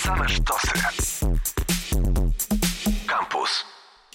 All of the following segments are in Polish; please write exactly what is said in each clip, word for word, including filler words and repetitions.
Same sztosy. Campus.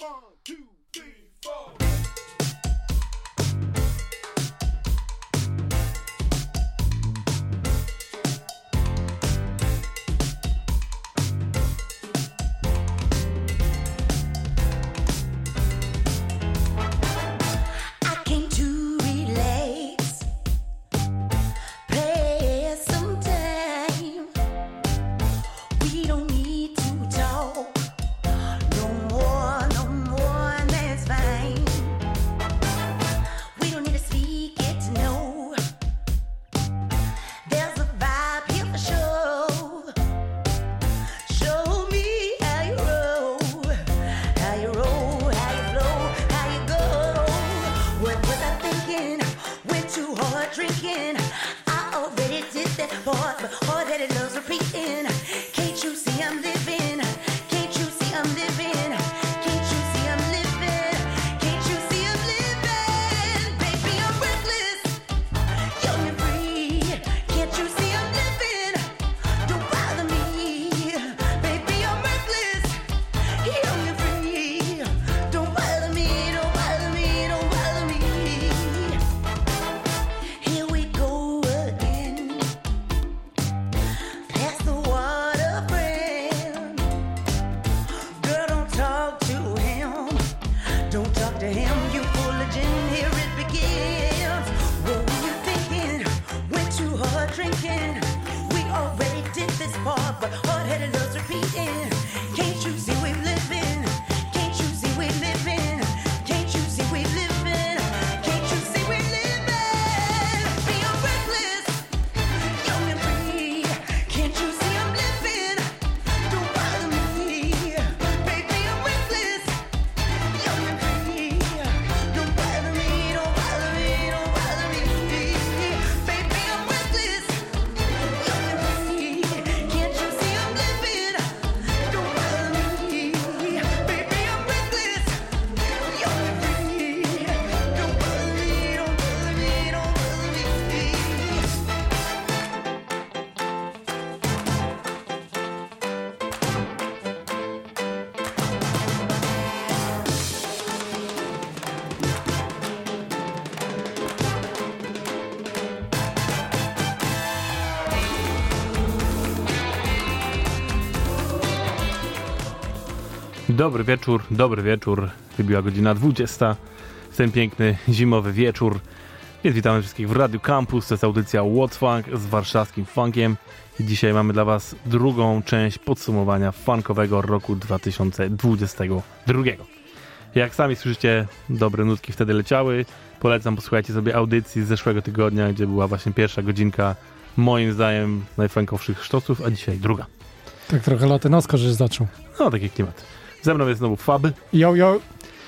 Dobry wieczór, dobry wieczór. Wybiła godzina dwudziesta. W ten piękny, zimowy wieczór. Więc witamy wszystkich w Radiu Campus. To jest audycja What's Funk z warszawskim funkiem. I dzisiaj mamy dla was drugą część podsumowania funkowego roku dwa tysiące dwudziestego drugiego. Jak sami słyszycie, dobre nutki wtedy leciały. Polecam, posłuchajcie sobie audycji z zeszłego tygodnia, gdzie była właśnie pierwsza godzinka, moim zdaniem, najfunkowszych sztosów, a dzisiaj druga. Tak trochę latynosko, żeś zaczął. No, taki klimat. Ze mną jest znowu Fab. Yo, yo.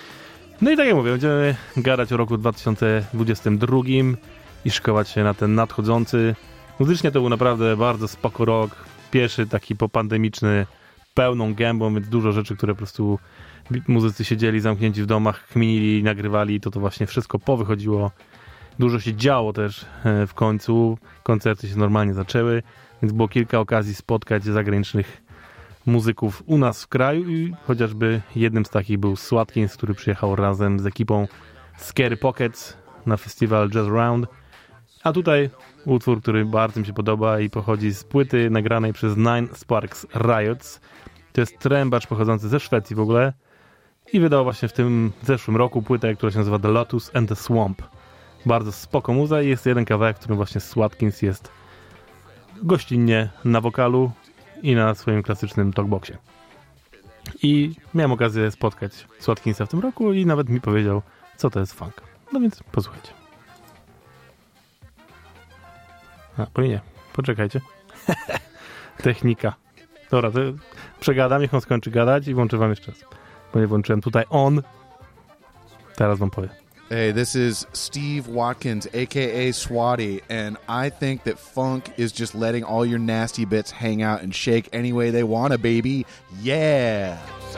No i tak jak mówię, będziemy gadać o roku dwa tysiące dwudziestym drugim i szykować się na ten nadchodzący. Muzycznie to był naprawdę bardzo spoko rok. Pierwszy taki popandemiczny, pełną gębą, więc dużo rzeczy, które po prostu muzycy siedzieli zamknięci w domach, kminili, nagrywali, to to właśnie wszystko powychodziło. Dużo się działo też w końcu. Koncerty się normalnie zaczęły, więc było kilka okazji spotkać zagranicznych muzyków u nas w kraju i chociażby jednym z takich był Swatkins, który przyjechał razem z ekipą Scary Pockets na festiwal Jazz Round. A tutaj utwór, który bardzo mi się podoba i pochodzi z płyty nagranej przez Nine Sparks Riots. To jest trębacz pochodzący ze Szwecji w ogóle i wydał właśnie w tym zeszłym roku płytę, która się nazywa The Lotus and the Swamp. Bardzo spoko muza i jest jeden kawałek, w którym właśnie Swatkins jest gościnnie na wokalu i na swoim klasycznym talkboxie. I miałem okazję spotkać Swatkinsa w tym roku i nawet mi powiedział, co to jest funk. No więc posłuchajcie. A, bo nie, poczekajcie. Technika. Dobra, to przegadam, niech on skończy gadać i włączę wam jeszcze raz. Bo nie włączyłem tutaj on. Teraz wam powiem. Hey, this is Steve Watkins, a k a. Swatty, and I think that funk is just letting all your nasty bits hang out and shake any way they wanna, baby. Yeah!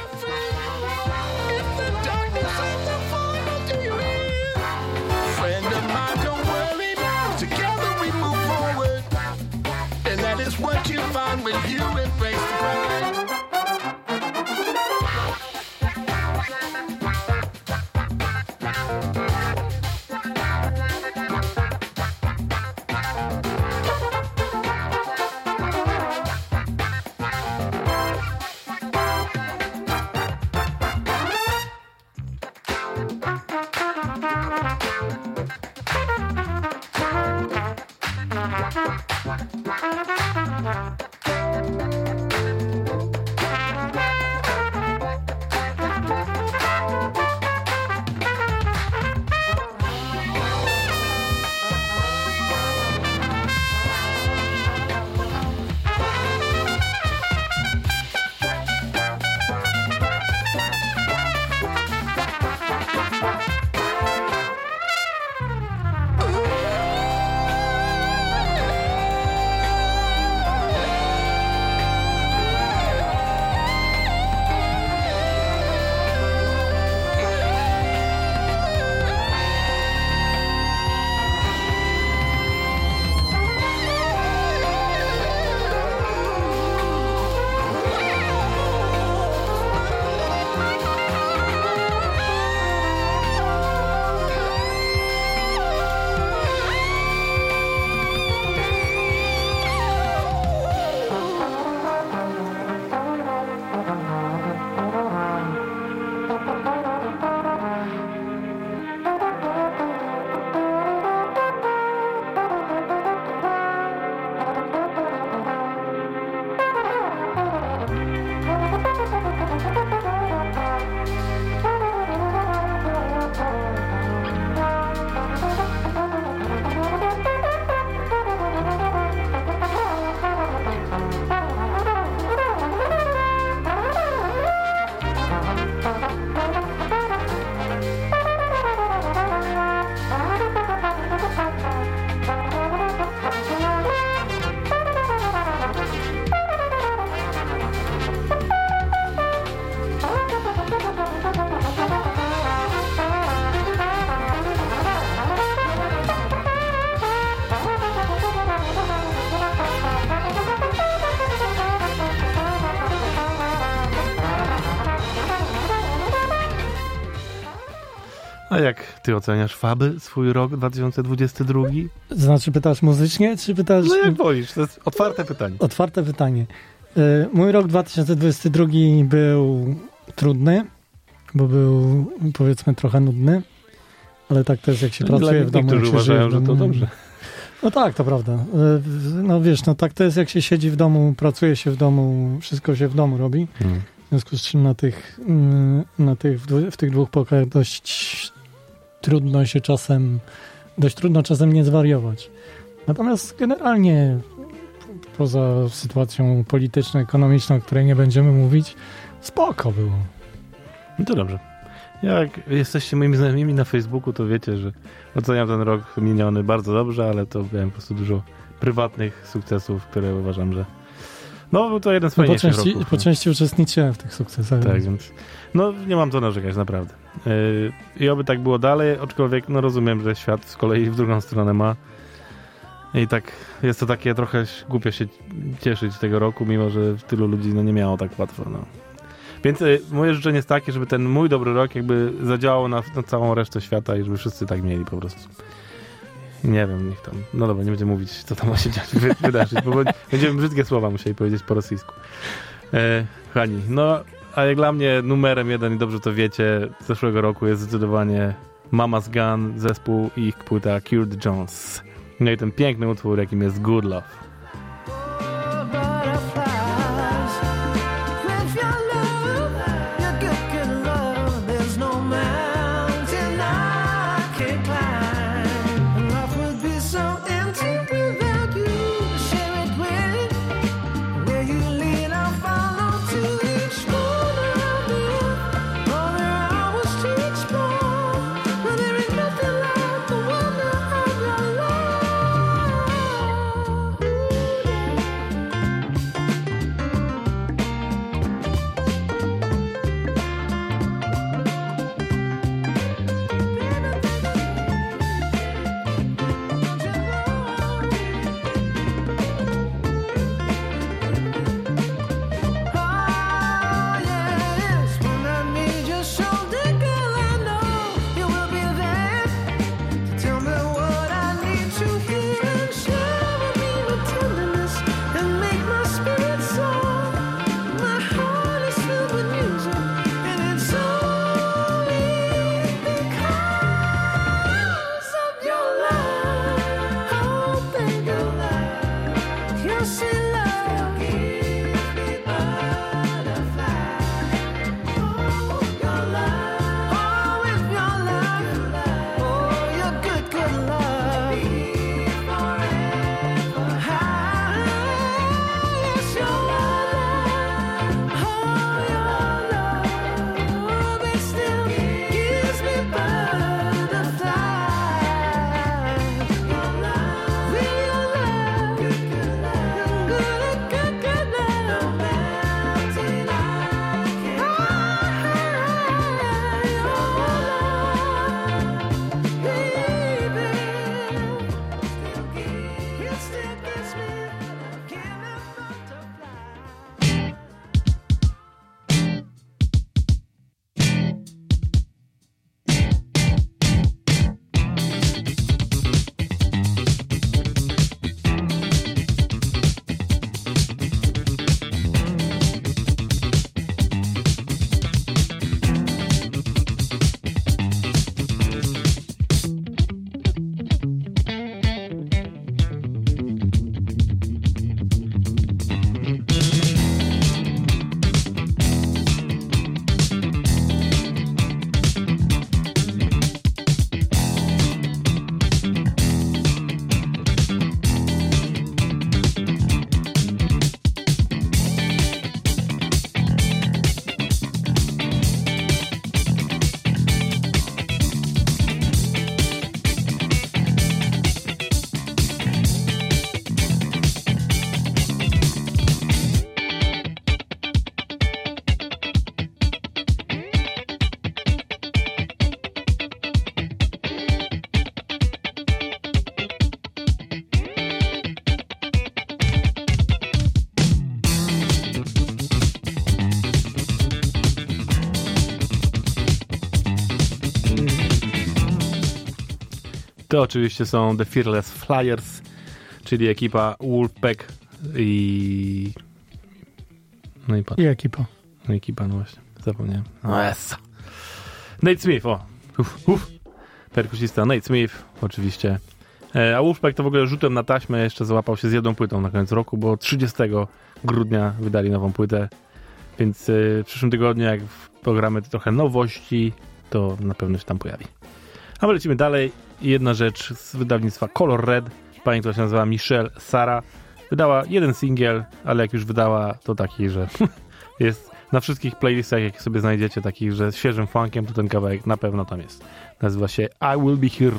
Friend of mine, don't worry, together we move forward, and that is what you find when you embrace the A jak ty oceniasz, Faby, swój rok dwa tysiące dwudziesty drugi? Znaczy pytasz muzycznie, czy pytasz... No jak wolisz, to jest otwarte pytanie. Otwarte pytanie. Y, Mój rok dwa tysiące dwudziesty drugi był trudny, bo był, powiedzmy, trochę nudny, ale tak też jak się Dla pracuje w domu, jak niektórzy się żyje uważają, w że to domu. dobrze. No tak, to prawda. Y, No wiesz, no tak to jest jak się siedzi w domu, pracuje się w domu, wszystko się w domu robi. Hmm. W związku z czym na tych, y, na tych w, dwu- w tych dwóch pokojach dość trudno się czasem, dość trudno czasem nie zwariować. Natomiast generalnie poza sytuacją polityczną, ekonomiczną, o której nie będziemy mówić, spoko było. No to dobrze. Jak jesteście moimi znajomymi na Facebooku, to wiecie, że oceniam ten rok miniony bardzo dobrze, ale to miałem po prostu dużo prywatnych sukcesów, które uważam, że no był to jeden z No, po, fajniejszych części, roków. po części uczestniczyłem w tych sukcesach. Tak, więc- więc no nie mam co narzekać, naprawdę. Yy, I oby tak było dalej, aczkolwiek no rozumiem, że świat z kolei w drugą stronę ma. I tak jest to takie trochę głupio się cieszyć tego roku, mimo że tylu ludzi no, nie miało tak łatwo. No. Więc y, moje życzenie jest takie, żeby ten mój dobry rok jakby zadziałał na, na całą resztę świata i żeby wszyscy tak mieli po prostu. Nie wiem, niech tam... No dobra, nie będziemy mówić, co tam ma się dziać, wy, wydarzyć, bo będziemy brzydkie słowa musieli powiedzieć po rosyjsku. E, kochani, no a jak dla mnie numerem jeden, i dobrze to wiecie, z zeszłego roku jest zdecydowanie Mama's Gun, zespół i ich płyta Cured Jones. No i ten piękny utwór, jakim jest Good Love. Thank you. To oczywiście są The Fearless Flyers, czyli ekipa Wolfpack i... No i, I ekipa. No ekipa, no właśnie. Zapomniałem. No jest. Nate Smith, o. Uf, uf. Perkusista Nate Smith, oczywiście. E, a Wolfpack to w ogóle rzutem na taśmę jeszcze załapał się z jedną płytą na koniec roku, bo trzydziestego grudnia wydali nową płytę. Więc e, w przyszłym tygodniu, jak pogramy trochę nowości, to na pewno się tam pojawi. A my lecimy dalej. Jedna rzecz z wydawnictwa Color Red. Pani, która się nazywa Michelle Sara, wydała jeden singiel, ale jak już wydała, to taki, że jest na wszystkich playlistach, jakie sobie znajdziecie, takich, że z świeżym funkiem, to ten kawałek na pewno tam jest. Nazywa się I Will Be Here.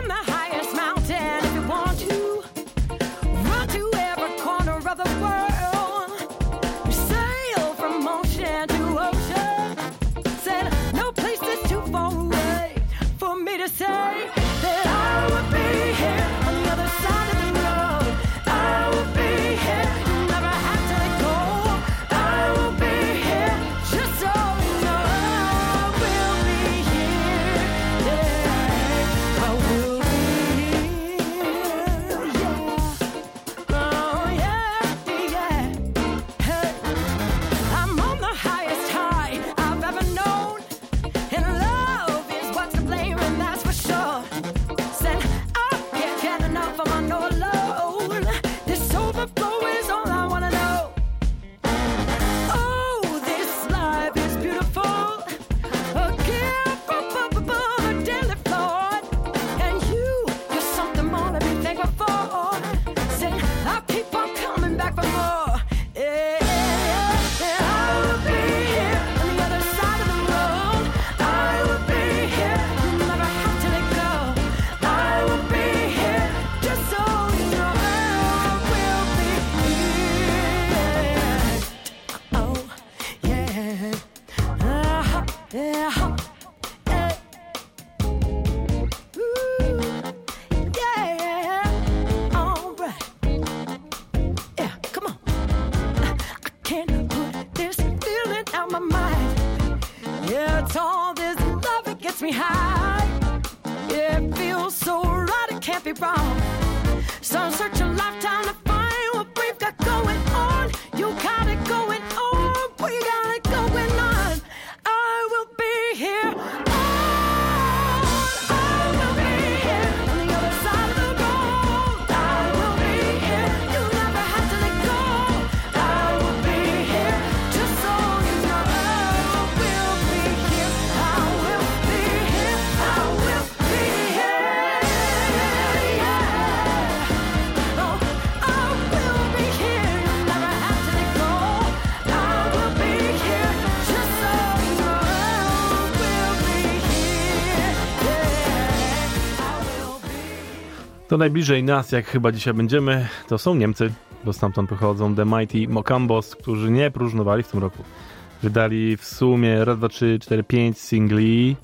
To najbliżej nas, jak chyba dzisiaj będziemy, to są Niemcy, bo stamtąd pochodzą The Mighty Mokambos, którzy nie próżnowali w tym roku. Wydali w sumie raz, dwa, trzy, cztery, pięć singli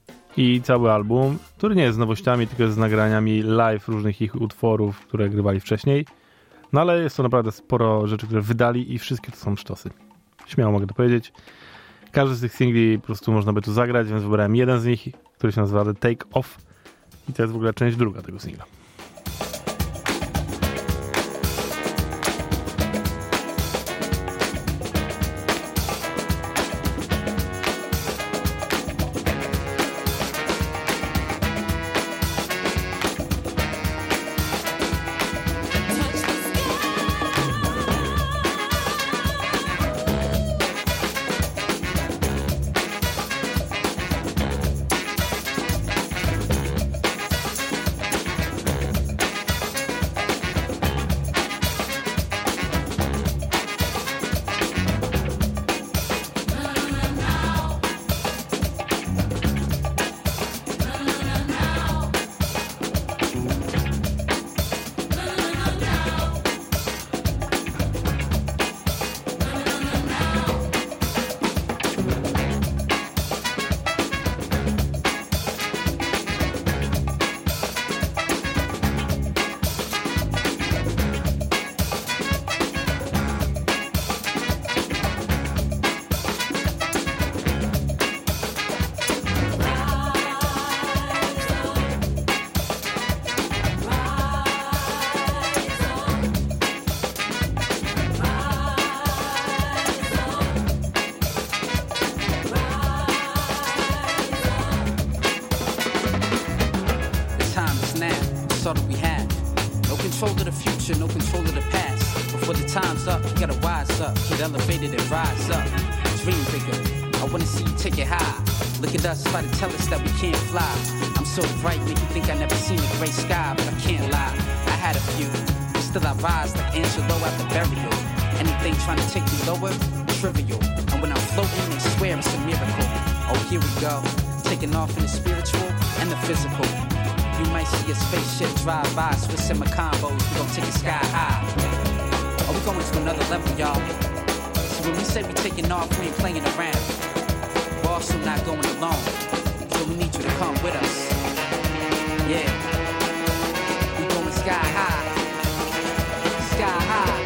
i cały album, który nie jest z nowościami, tylko jest z nagraniami live różnych ich utworów, które grywali wcześniej. No ale jest to naprawdę sporo rzeczy, które wydali i wszystkie to są sztosy. Śmiało mogę to powiedzieć. Każdy z tych singli po prostu można by tu zagrać, więc wybrałem jeden z nich, który się nazywa The Take Off i to jest w ogóle część druga tego singla. time's up, you gotta wise up. Get elevated and rise up. Dream bigger. I wanna see you take it high. Look at us, try to tell us that we can't fly. I'm so bright, make you think I never seen a gray sky, but I can't lie. I had a few, but still I rise like Angelo after burial. Anything trying to take me lower, trivial. And when I'm floating, they swear it's a miracle. Oh, here we go, taking off in the spiritual and the physical. You might see a spaceship drive by, Swiss and my combos, we gon' take it sky high. Oh, we going to another level, y'all. So when we say we taking off, we ain't playing around. We're also not going alone, so we need you to come with us. Yeah, we going sky high, sky high.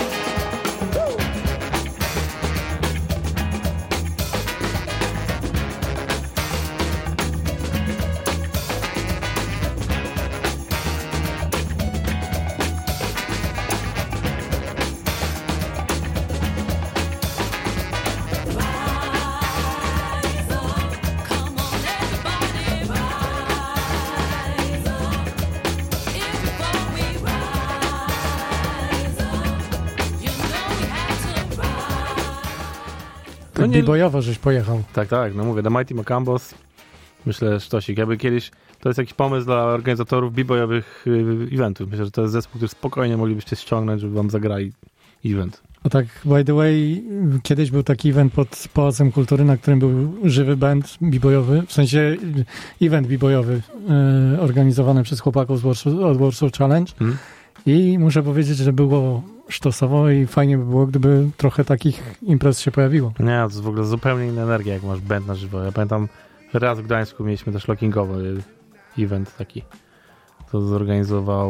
Tak nie- b-boyowo żeś pojechał. Tak, tak, no mówię, The Mighty Macambos, myślę, sztosik. Jakby kiedyś, to jest jakiś pomysł dla organizatorów b-boyowych y, eventów. Myślę, że to jest zespół, który spokojnie moglibyście ściągnąć, żeby wam zagrali event. A tak, by the way, kiedyś był taki event pod Pałacem Kultury, na którym był żywy band b-boyowy, w sensie event b-boyowy e, organizowany przez chłopaków z Warsaw, od Warsaw Challenge. Hmm? I muszę powiedzieć, że było sztosowo i fajnie by było, gdyby trochę takich imprez się pojawiło. Nie, to jest w ogóle zupełnie inna energia, jak masz band na żywo. Ja pamiętam, raz w Gdańsku mieliśmy też lockingowy event taki. To zorganizował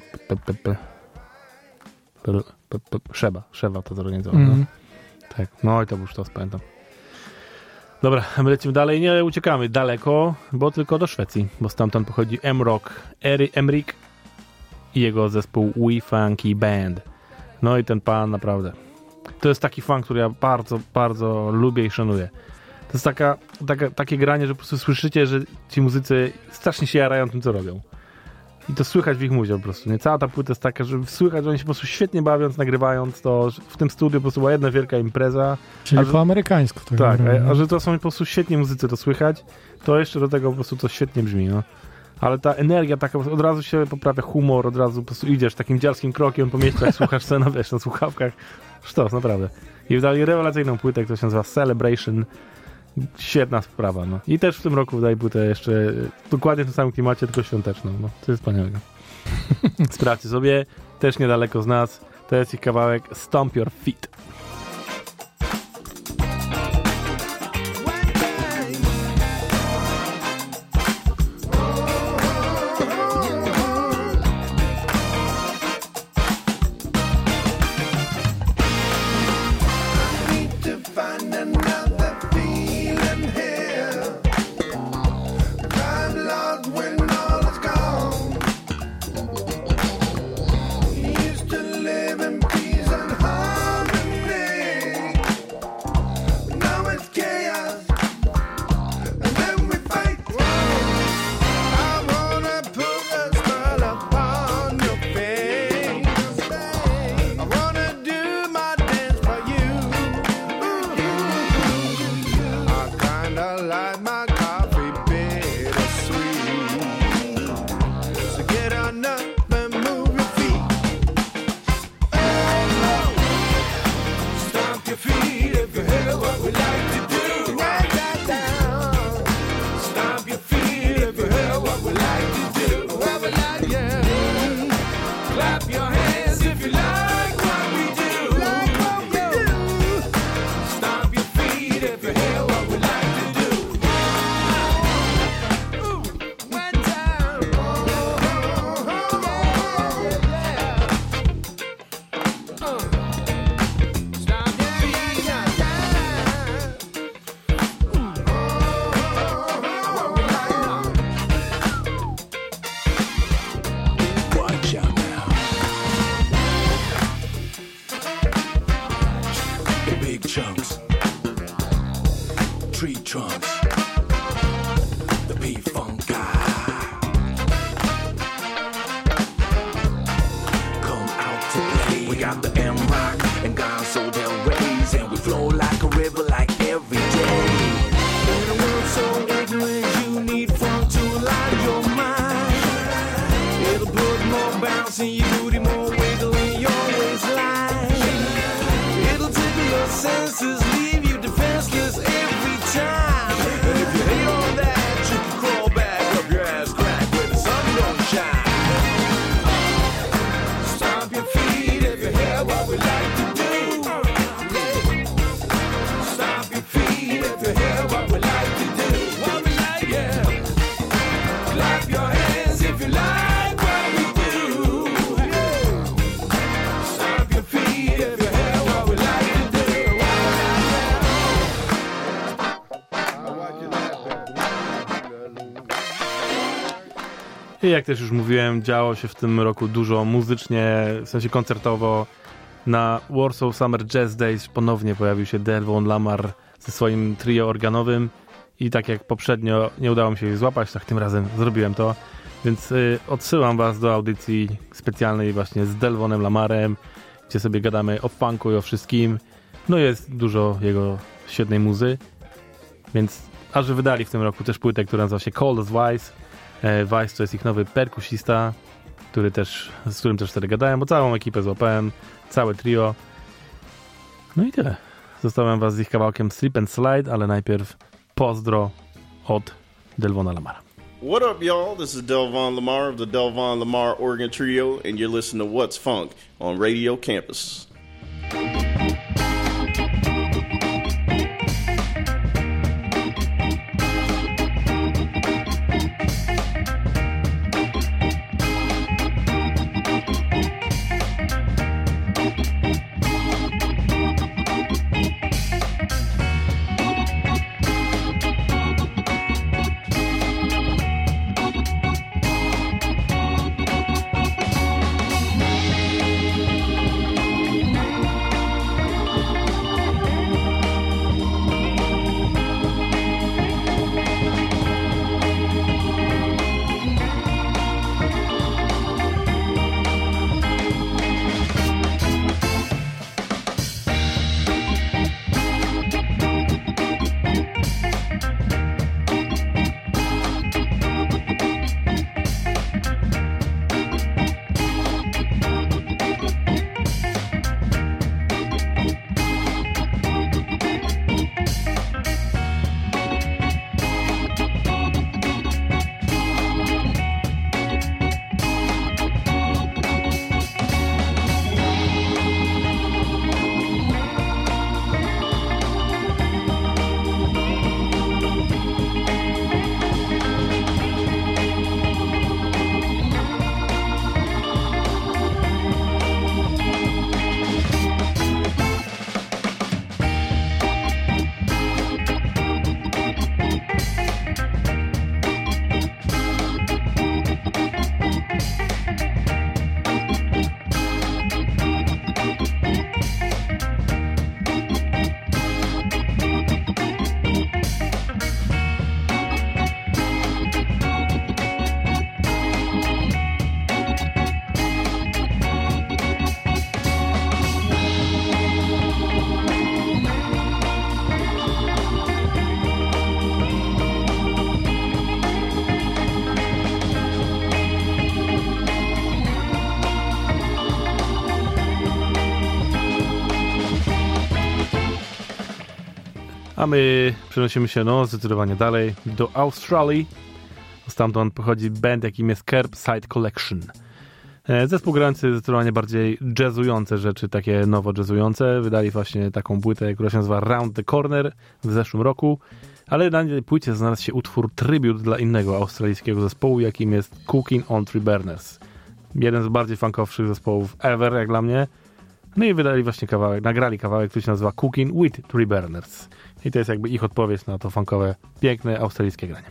Szeba. Szeba to zorganizował. Mm. No. Tak, no i to był sztos, pamiętam. Dobra, my lecimy dalej. Nie uciekamy daleko, bo tylko do Szwecji, bo stamtąd pochodzi M-Rock, Emrik i jego zespół We Funky Band. No i ten pan naprawdę. To jest taki funk, który ja bardzo, bardzo lubię i szanuję. To jest taka, taka, takie granie, że po prostu słyszycie, że ci muzycy strasznie się jarają tym, co robią. I to słychać w ich muzie po prostu. Nie? Cała ta płyta jest taka, że słychać, że oni się po prostu świetnie bawiąc, nagrywając to. W tym studiu po prostu była jedna wielka impreza. Czyli A że- po amerykańsku. Tak, Tak, naprawdę. a, a że to są po prostu świetni muzycy, to słychać, to jeszcze do tego po prostu to świetnie brzmi, no. Ale ta energia taka, od razu się poprawia humor, od razu po prostu idziesz takim dziarskim krokiem po mieście, jak słuchasz scenę, wiesz, na słuchawkach. Sztos, naprawdę. I wydali rewelacyjną płytę, która się nazywa Celebration. Świetna sprawa, no. I też w tym roku wydaje płytę jeszcze dokładnie w tym samym klimacie, tylko świąteczną, no. To jest wspaniałego. Sprawdźcie sobie, też niedaleko z nas, to jest ich kawałek Stomp Your Feet. got the M right. senses leave you defenseless every time. And if you hate on that, you can crawl back up your ass crack where the sun don't shine. Stomp your feet if you hear what we like to do. Stomp your feet if you hear what we like to do. What we like, yeah. Clap your hands if you like what we do. Stomp your feet if you hear what we like to do. I jak też już mówiłem, działo się w tym roku dużo muzycznie, w sensie koncertowo. Na Warsaw Summer Jazz Days ponownie pojawił się Delvon Lamar ze swoim trio organowym i tak jak poprzednio nie udało mi się jej złapać, tak tym razem zrobiłem to. Więc y, odsyłam was do audycji specjalnej właśnie z Delvonem Lamarem, gdzie sobie gadamy o funku i o wszystkim. No jest dużo jego świetnej muzy. Więc aż że wydali w tym roku też płytę, która nazywa się Cold as Vice. E, Vice to jest ich nowy perkusista, który też, z którym też wtedy gadałem, bo całą ekipę złapałem, całe trio. No i tyle. Zostawiam was z ich kawałkiem Slip and Slide, ale najpierw pozdro od Delvona Lamara. What up, y'all? This is Delvon Lamar of the Delvon Lamar Organ Trio, and you're listening to What's Funk on Radio Campus. A my przenosimy się no zdecydowanie dalej do Australii. Stamtąd pochodzi band, jakim jest Curbside Collection. Zespół grający zdecydowanie bardziej jazzujące rzeczy, takie nowo jazzujące. Wydali właśnie taką płytę, która się nazywa Round the Corner w zeszłym roku. Ale na tej płycie znalazł się utwór tribut dla innego australijskiego zespołu, jakim jest Cooking on Three Burners. Jeden z bardziej funkowszych zespołów ever, jak dla mnie. No i wydali właśnie kawałek, nagrali kawałek, który się nazywa Cooking with Three Burners. I to jest jakby ich odpowiedź na to funkowe, piękne australijskie granie.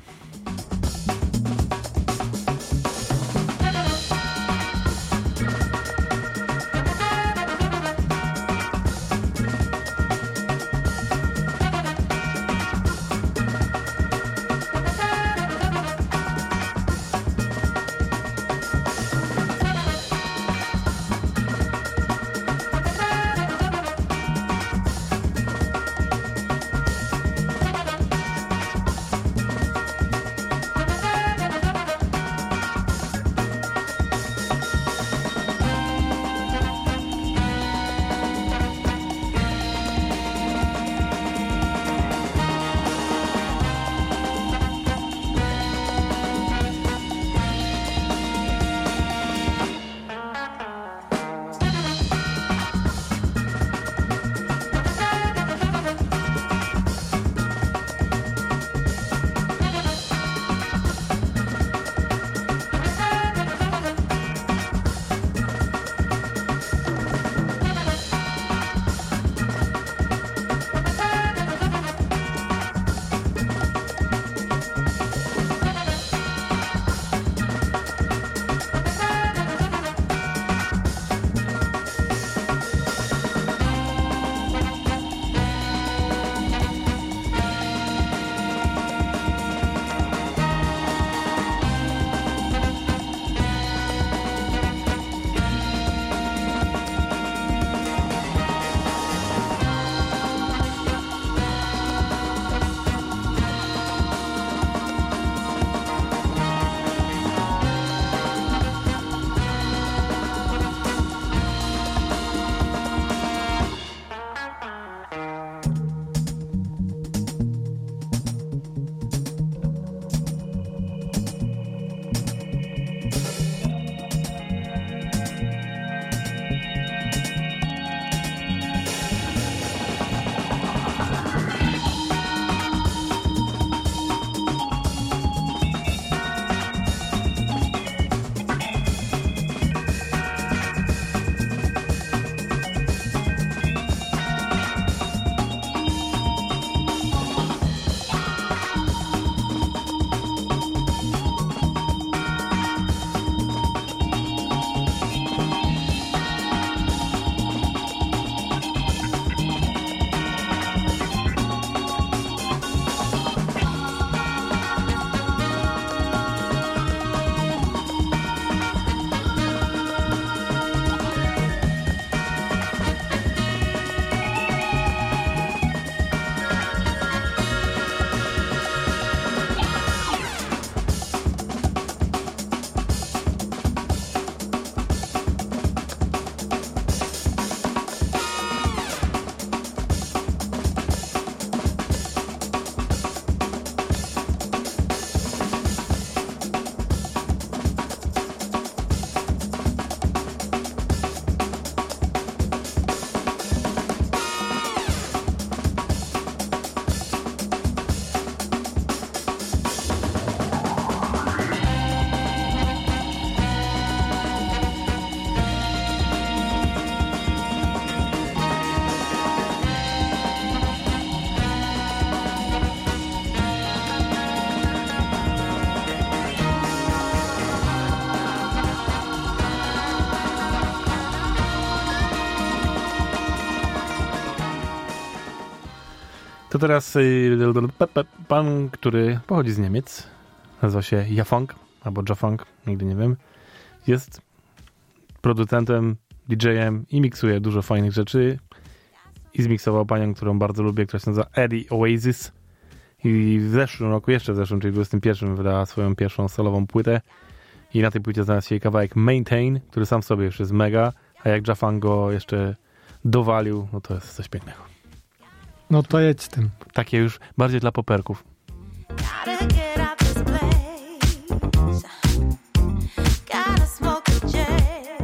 To teraz y, pan, który pochodzi z Niemiec, nazywa się Jafunk, albo Jafunk, nigdy nie wiem, jest producentem, D J-em i miksuje dużo fajnych rzeczy i zmiksował panią, którą bardzo lubię, która się nazywa Eddie Oasis i w zeszłym roku, jeszcze w zeszłym, czyli w dwudziestym pierwszym wydała swoją pierwszą solową płytę i na tej płycie znalazł się jej kawałek Maintain, który sam w sobie już jest mega, a jak Jafunk go jeszcze dowalił, no to jest coś pięknego. No to jedź z tym. Takie już bardziej dla poperków. Gotta get out this place. Gotta smoke a jet.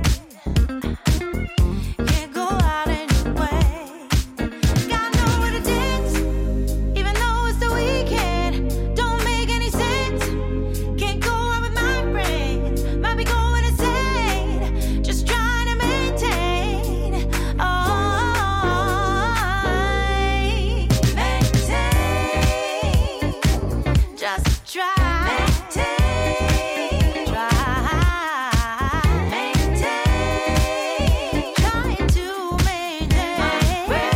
Can't go out anyway. Got nowhere to dance, even though it's the weekend. Don't make any sense. Can't go out with my friends. Might be going insane. Just trying to maintain. Oh. Just try. Maintain. Try. Maintain. Trying to maintain.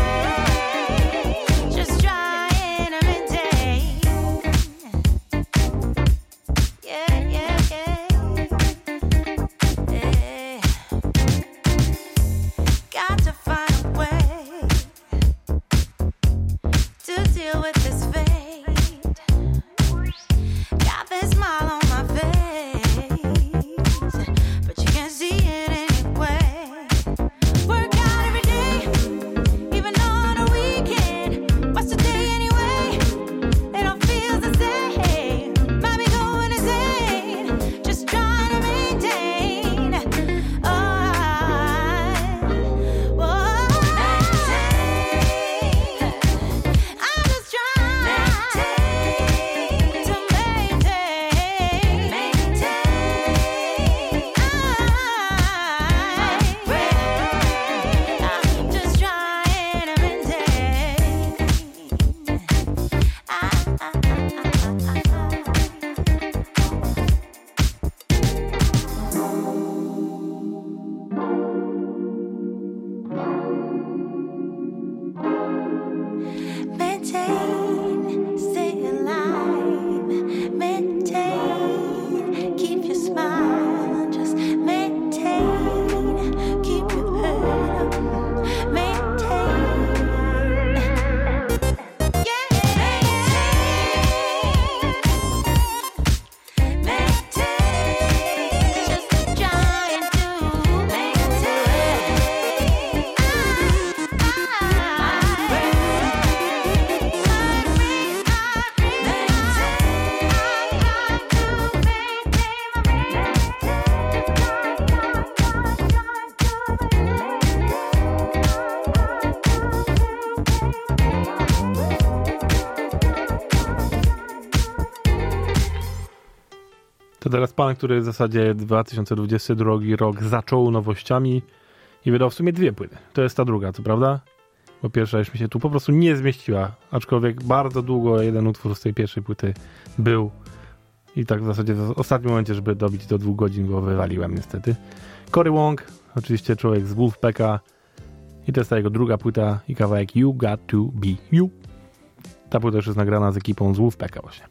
Just trying to maintain. Yeah, yeah, yeah. Yeah. Got to find a way to deal with this fate. Got this smile on my face, but you can't see it anyway. Work out every day, even on a weekend. What's the day anyway? It all feels the same. Might be going insane, just trying to maintain. Oh, whoa. Maintain. I'm just trying to maintain. Maintain. I'm just trying to maintain. Maintain, stay alive. Maintain, keep your smile. Just maintain, keep your head up. Maintain, yeah. Maintain, maintain. Just trying to To teraz pan, który w zasadzie dwa tysiące dwudziesty drugi rok zaczął nowościami i wydał w sumie dwie płyty. To jest ta druga, co prawda? Bo pierwsza już mi się tu po prostu nie zmieściła, aczkolwiek bardzo długo jeden utwór z tej pierwszej płyty był i tak w zasadzie w ostatnim momencie, żeby dobić do dwóch godzin, go wywaliłem niestety. Cory Wong, oczywiście człowiek z Wolfpacka i to jest ta jego druga płyta i kawałek You Got To Be You. Ta płyta już jest nagrana z ekipą z Wolfpacka właśnie.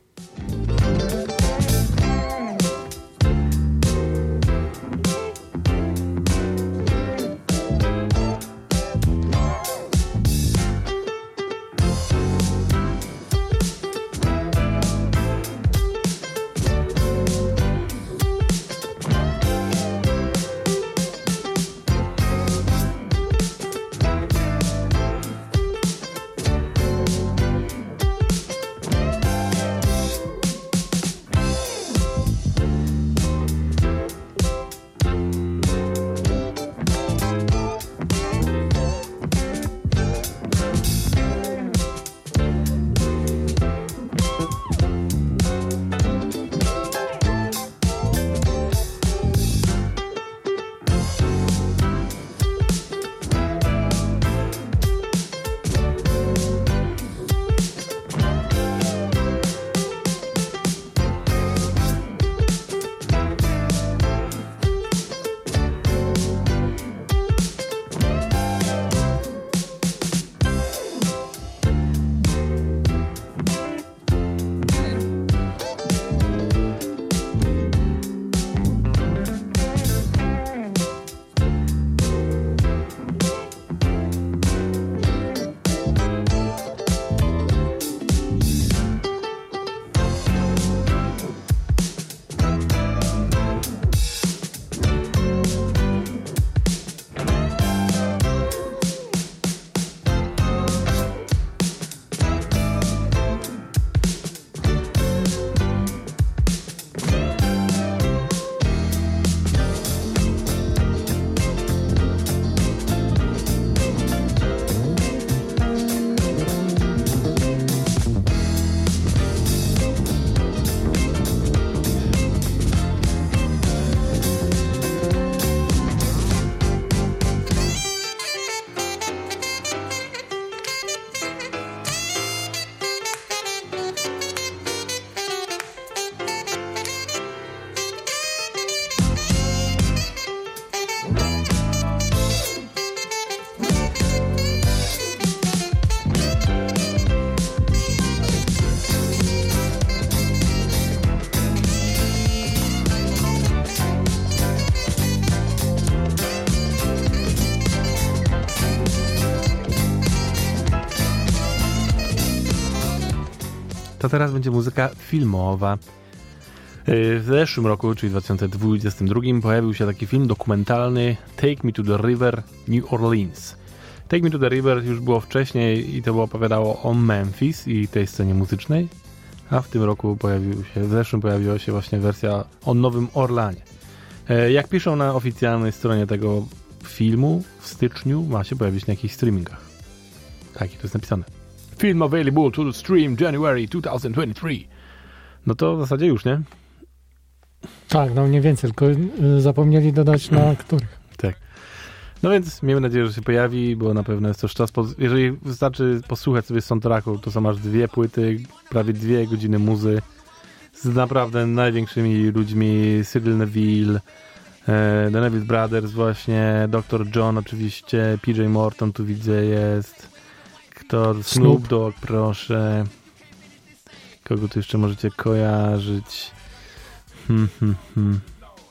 to teraz będzie muzyka filmowa. W zeszłym roku, czyli w dwa tysiące dwudziestym drugim, pojawił się taki film dokumentalny Take Me to the River, New Orleans. Take Me to the River już było wcześniej i to było opowiadało o Memphis i tej scenie muzycznej, a w tym roku pojawił się, w zeszłym pojawiła się właśnie wersja o Nowym Orlanie. Jak piszą na oficjalnej stronie tego filmu, w styczniu ma się pojawić na jakichś streamingach. Tak, to jest napisane. Film available to stream January twenty twenty-three. No to w zasadzie już, nie? Tak, no mniej więcej, tylko y, zapomnieli dodać na których. Tak. No więc miejmy nadzieję, że się pojawi, bo na pewno jest to czas. Po... Jeżeli wystarczy posłuchać sobie soundtracku, to są aż dwie płyty, prawie dwie godziny muzy z naprawdę największymi ludźmi. Cyril Neville, e, The Neville Brothers właśnie, doktor John oczywiście, P J Morton tu widzę jest, kto? Snoop, Snoop Dogg, proszę. Kogo tu jeszcze możecie kojarzyć? Hmm, hmm, hmm.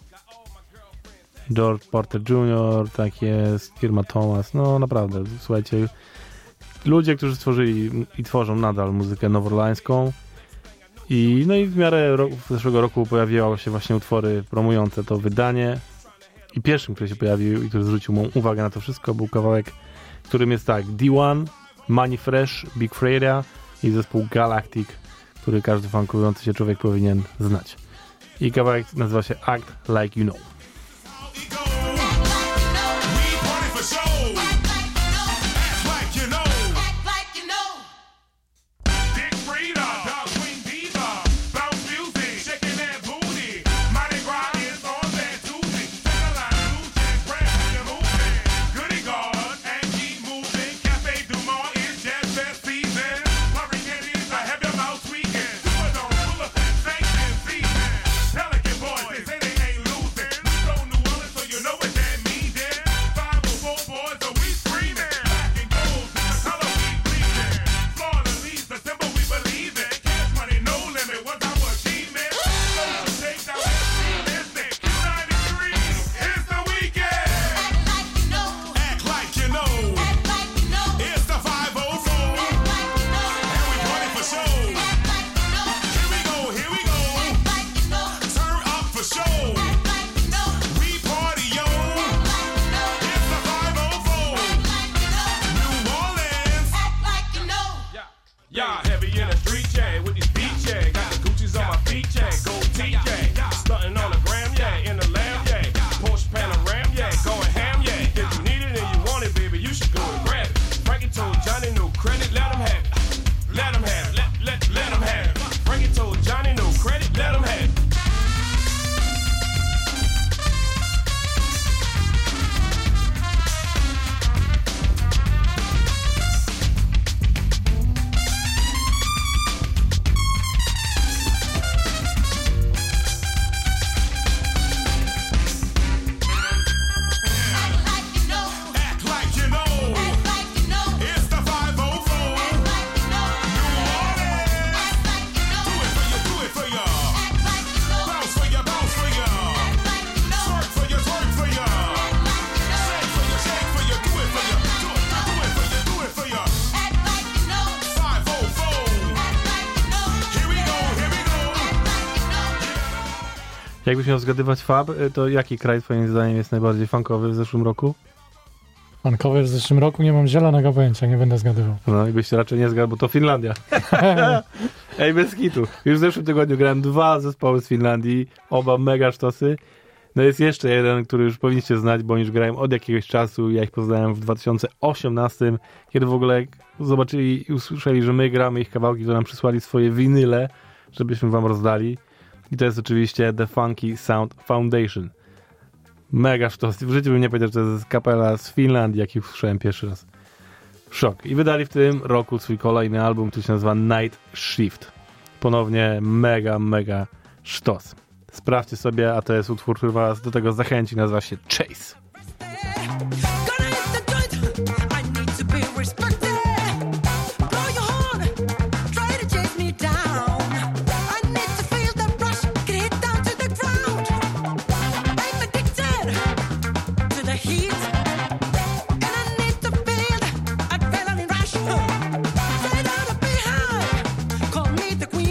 George Porter junior, tak jest, Irma Thomas, no naprawdę, słuchajcie, ludzie, którzy stworzyli i tworzą nadal muzykę noworlańską i no i w miarę roku, zeszłego roku pojawiały się właśnie utwory promujące to wydanie i pierwszym, który się pojawił i który zwrócił moją uwagę na to wszystko, był kawałek, którym jest tak, D jeden, Money Fresh, Big Fredia i zespół Galactic, który każdy funkujący się człowiek powinien znać. I kawałek nazywa się Act Like You Know. Jakbyś miał zgadywać fab, to jaki kraj twoim zdaniem jest najbardziej funkowy w zeszłym roku? Funkowy w zeszłym roku? Nie mam zielonego pojęcia, nie będę zgadywał. No i byś raczej nie zgadł, bo to Finlandia. Ej, bez kitu. Już w zeszłym tygodniu grałem dwa zespoły z Finlandii, oba mega sztosy. No jest jeszcze jeden, który już powinniście znać, bo już grałem od jakiegoś czasu. Ja ich poznałem w dwa tysiące osiemnastym, kiedy w ogóle zobaczyli i usłyszeli, że my gramy ich kawałki, to nam przysłali swoje winyle, żebyśmy wam rozdali. I to jest oczywiście The Funky Sound Foundation. Mega sztos. W życiu bym nie powiedział, że to jest kapela z Finlandii, jak ich usłyszałem pierwszy raz. Szok. I wydali w tym roku swój kolejny album, który się nazywa Night Shift. Ponownie mega, mega sztos. Sprawdźcie sobie, a to jest utwór, który was do tego zachęci, nazywa się Chase. The queen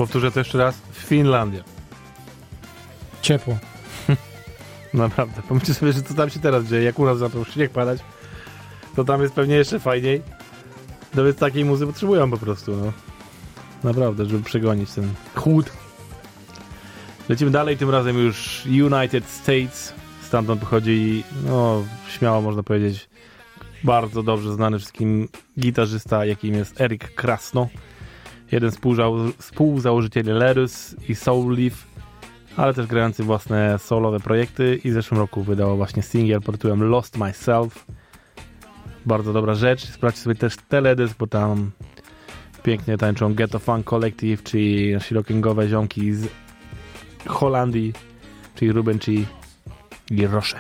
Powtórzę to jeszcze raz. Finlandia. Ciepło. Naprawdę. Pomyślcie sobie, że co tam się teraz dzieje. Jak u nas zaczął śnieg padać, to tam jest pewnie jeszcze fajniej. No więc takiej muzy potrzebują po prostu, no. Naprawdę, żeby przegonić ten chłód. Lecimy dalej, tym razem już United States. Stamtąd pochodzi, no, śmiało można powiedzieć, bardzo dobrze znany wszystkim gitarzysta, jakim jest Eric Krasno. Jeden z współza- współzałożycieli Lerus i Soul Leaf, ale też grający własne solowe projekty i w zeszłym roku wydał właśnie singiel pod tytułem Lost Myself. Bardzo dobra rzecz. Sprawdźcie sobie też teledysk, bo tam pięknie tańczą Ghetto Funk Collective, czyli nasi rockingowe ziomki z Holandii, czyli Ruben G i Roche.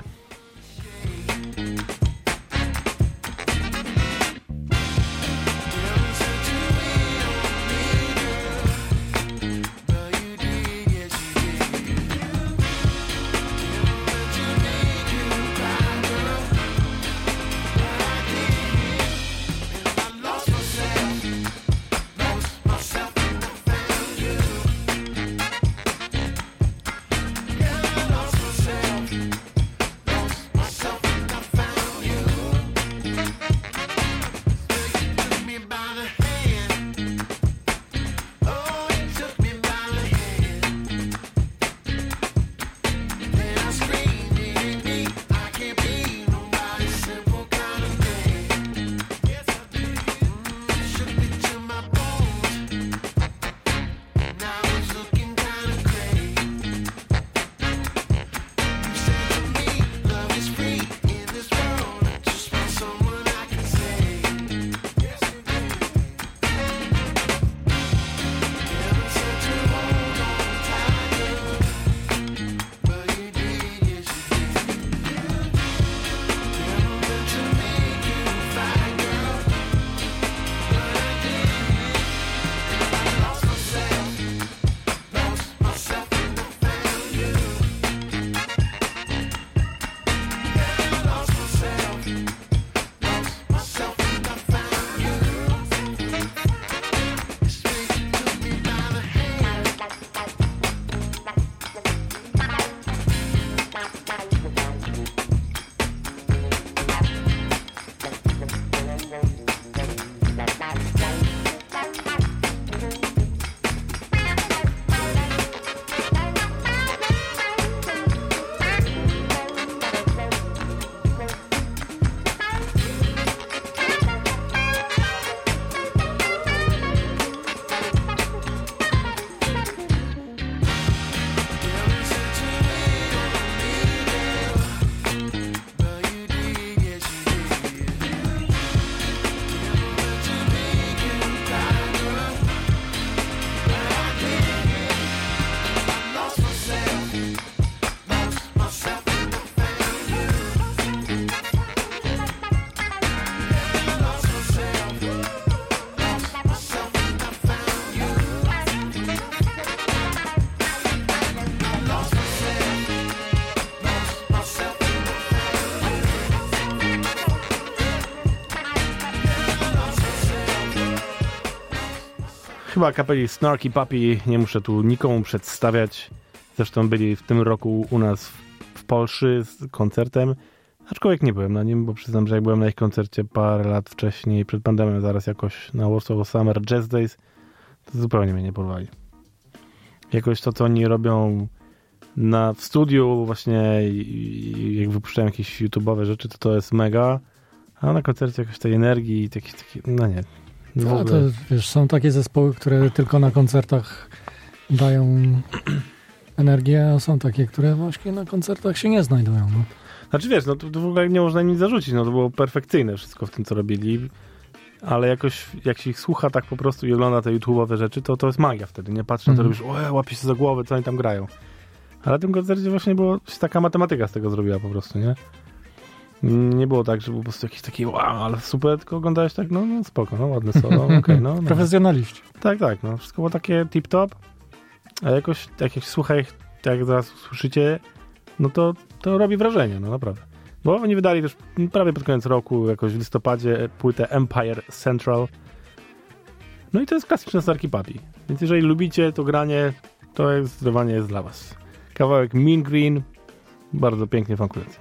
Chyba kapeli Snarky Puppy nie muszę tu nikomu przedstawiać. Zresztą byli w tym roku u nas w, w Polsce z koncertem. Aczkolwiek nie byłem na nim, bo przyznam, że jak byłem na ich koncercie parę lat wcześniej, przed pandemią, zaraz jakoś na Warsaw Summer Jazz Days, to zupełnie mnie nie porwali. Jakoś to, co oni robią na, w studiu właśnie i, i jak wypuszczają jakieś YouTube'owe rzeczy, to to jest mega, a na koncercie jakoś tej energii i taki, taki no nie. W A ogóle. to, wiesz, są takie zespoły, które tylko na koncertach dają energię, a są takie, które właśnie na koncertach się nie znajdują. No. Znaczy wiesz, no to, to w ogóle nie można im nic zarzucić, no to było perfekcyjne wszystko w tym, co robili, ale jakoś, jak się ich słucha tak po prostu i ogląda te YouTube'owe rzeczy, to to jest magia wtedy, nie? Patrz na to, Mhm. robisz, o, łapie się za głowę, co oni tam grają. Ale na tym koncercie właśnie było, się taka matematyka z tego zrobiła po prostu, nie? Nie było tak, że było po prostu jakieś takie, wow, ale super, tylko oglądałeś tak, no, no spoko, no ładne solo, okej, okay, no, no. Profesjonaliści. Tak, tak, no, wszystko było takie tip-top, a jakoś, jak się słucha ich, tak jak zaraz usłyszycie, no to, to robi wrażenie, no naprawdę. Bo oni wydali też prawie pod koniec roku, jakoś w listopadzie, płytę Empire Central. No i to jest klasyczne Starky Puppy. Więc jeżeli lubicie to granie, to jest, zdecydowanie jest dla was. Kawałek Mean Green, bardzo pięknie funkujący.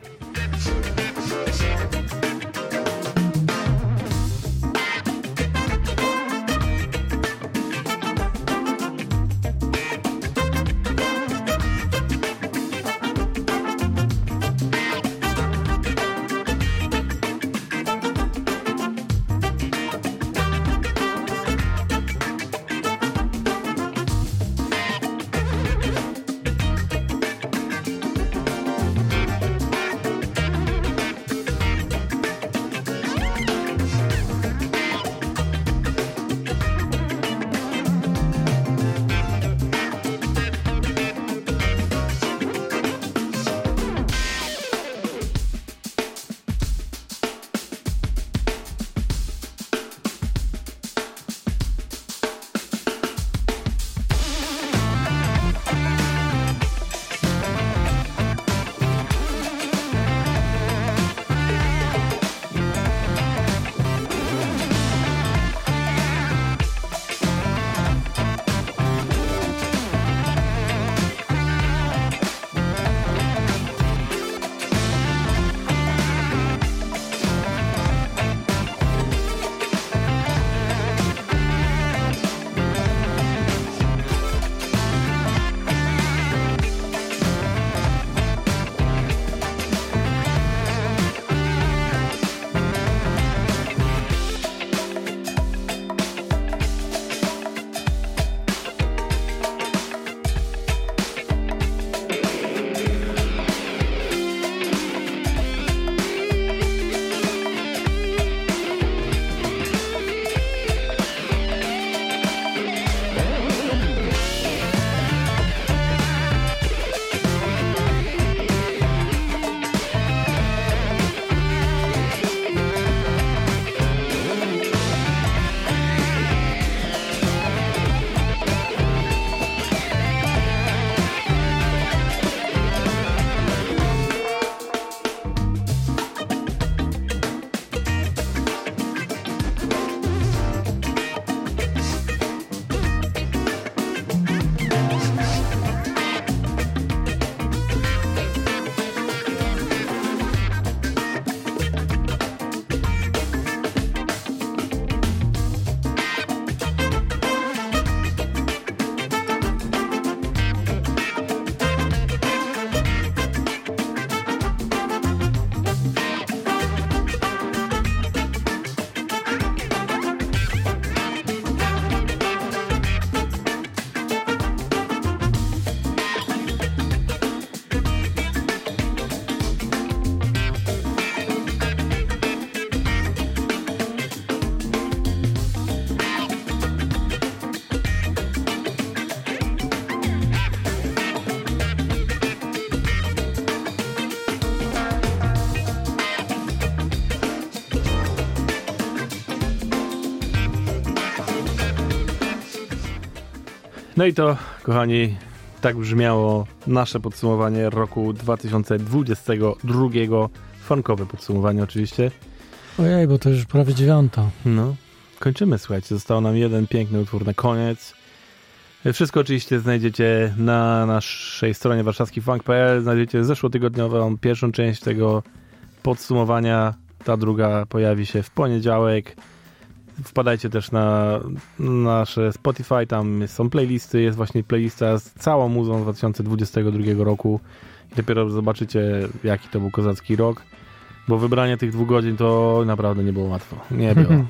No i to, kochani, tak brzmiało nasze podsumowanie roku dwa tysiące dwudziestego drugiego. Funkowe podsumowanie oczywiście. Ojej, bo to już prawie dziewiąta. No, kończymy, słuchajcie. Został nam jeden piękny utwór na koniec. Wszystko oczywiście znajdziecie na naszej stronie warszawski funk kropka p l. Znajdziecie zeszłotygodniową pierwszą część tego podsumowania. Ta druga pojawi się w poniedziałek. Wpadajcie też na nasze Spotify, tam są playlisty, jest właśnie playlista z całą muzą dwa tysiące dwudziestego drugiego roku i dopiero zobaczycie, jaki to był kozacki rok, bo wybranie tych dwóch godzin to naprawdę nie było łatwo, nie było.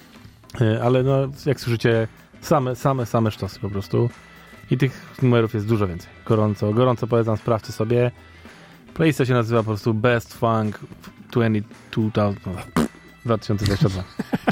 Ale no, jak słyszycie, same, same, same sztosy po prostu i tych numerów jest dużo więcej. Gorąco, gorąco polecam, sprawdźcie sobie. Playlista się nazywa po prostu Best Funk dwa tysiące dwudziesty drugi.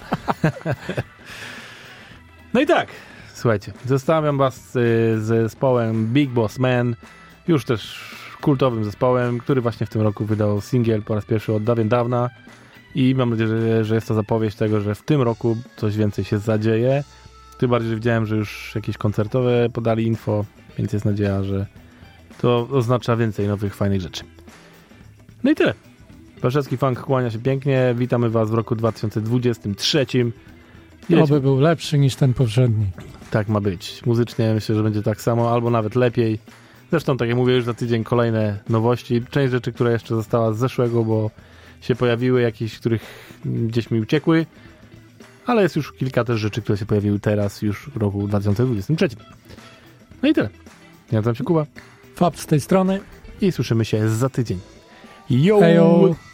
No i tak, słuchajcie, zostawiam was z zespołem Big Boss Man, już też kultowym zespołem, który właśnie w tym roku wydał singiel po raz pierwszy od dawien dawna i mam nadzieję, że, że jest to zapowiedź tego, że w tym roku coś więcej się zadzieje. Tym bardziej, że widziałem, że już jakieś koncertowe podali info, więc jest nadzieja, że to oznacza więcej nowych, fajnych rzeczy. No i tyle. Warszawski Funk kłania się pięknie. Witamy was w roku dwa tysiące dwudziestym trzecim. Oby był lepszy niż ten poprzedni. Tak ma być. Muzycznie myślę, że będzie tak samo, albo nawet lepiej. Zresztą, tak jak mówię, już za tydzień kolejne nowości. Część rzeczy, która jeszcze została z zeszłego, bo się pojawiły jakieś, których gdzieś mi uciekły. Ale jest już kilka też rzeczy, które się pojawiły teraz, już w roku dwa tysiące dwudziestym trzecim. No i tyle. Ja nazywam się Kuba. Fab z tej strony. I słyszymy się za tydzień. Yo! Hejo!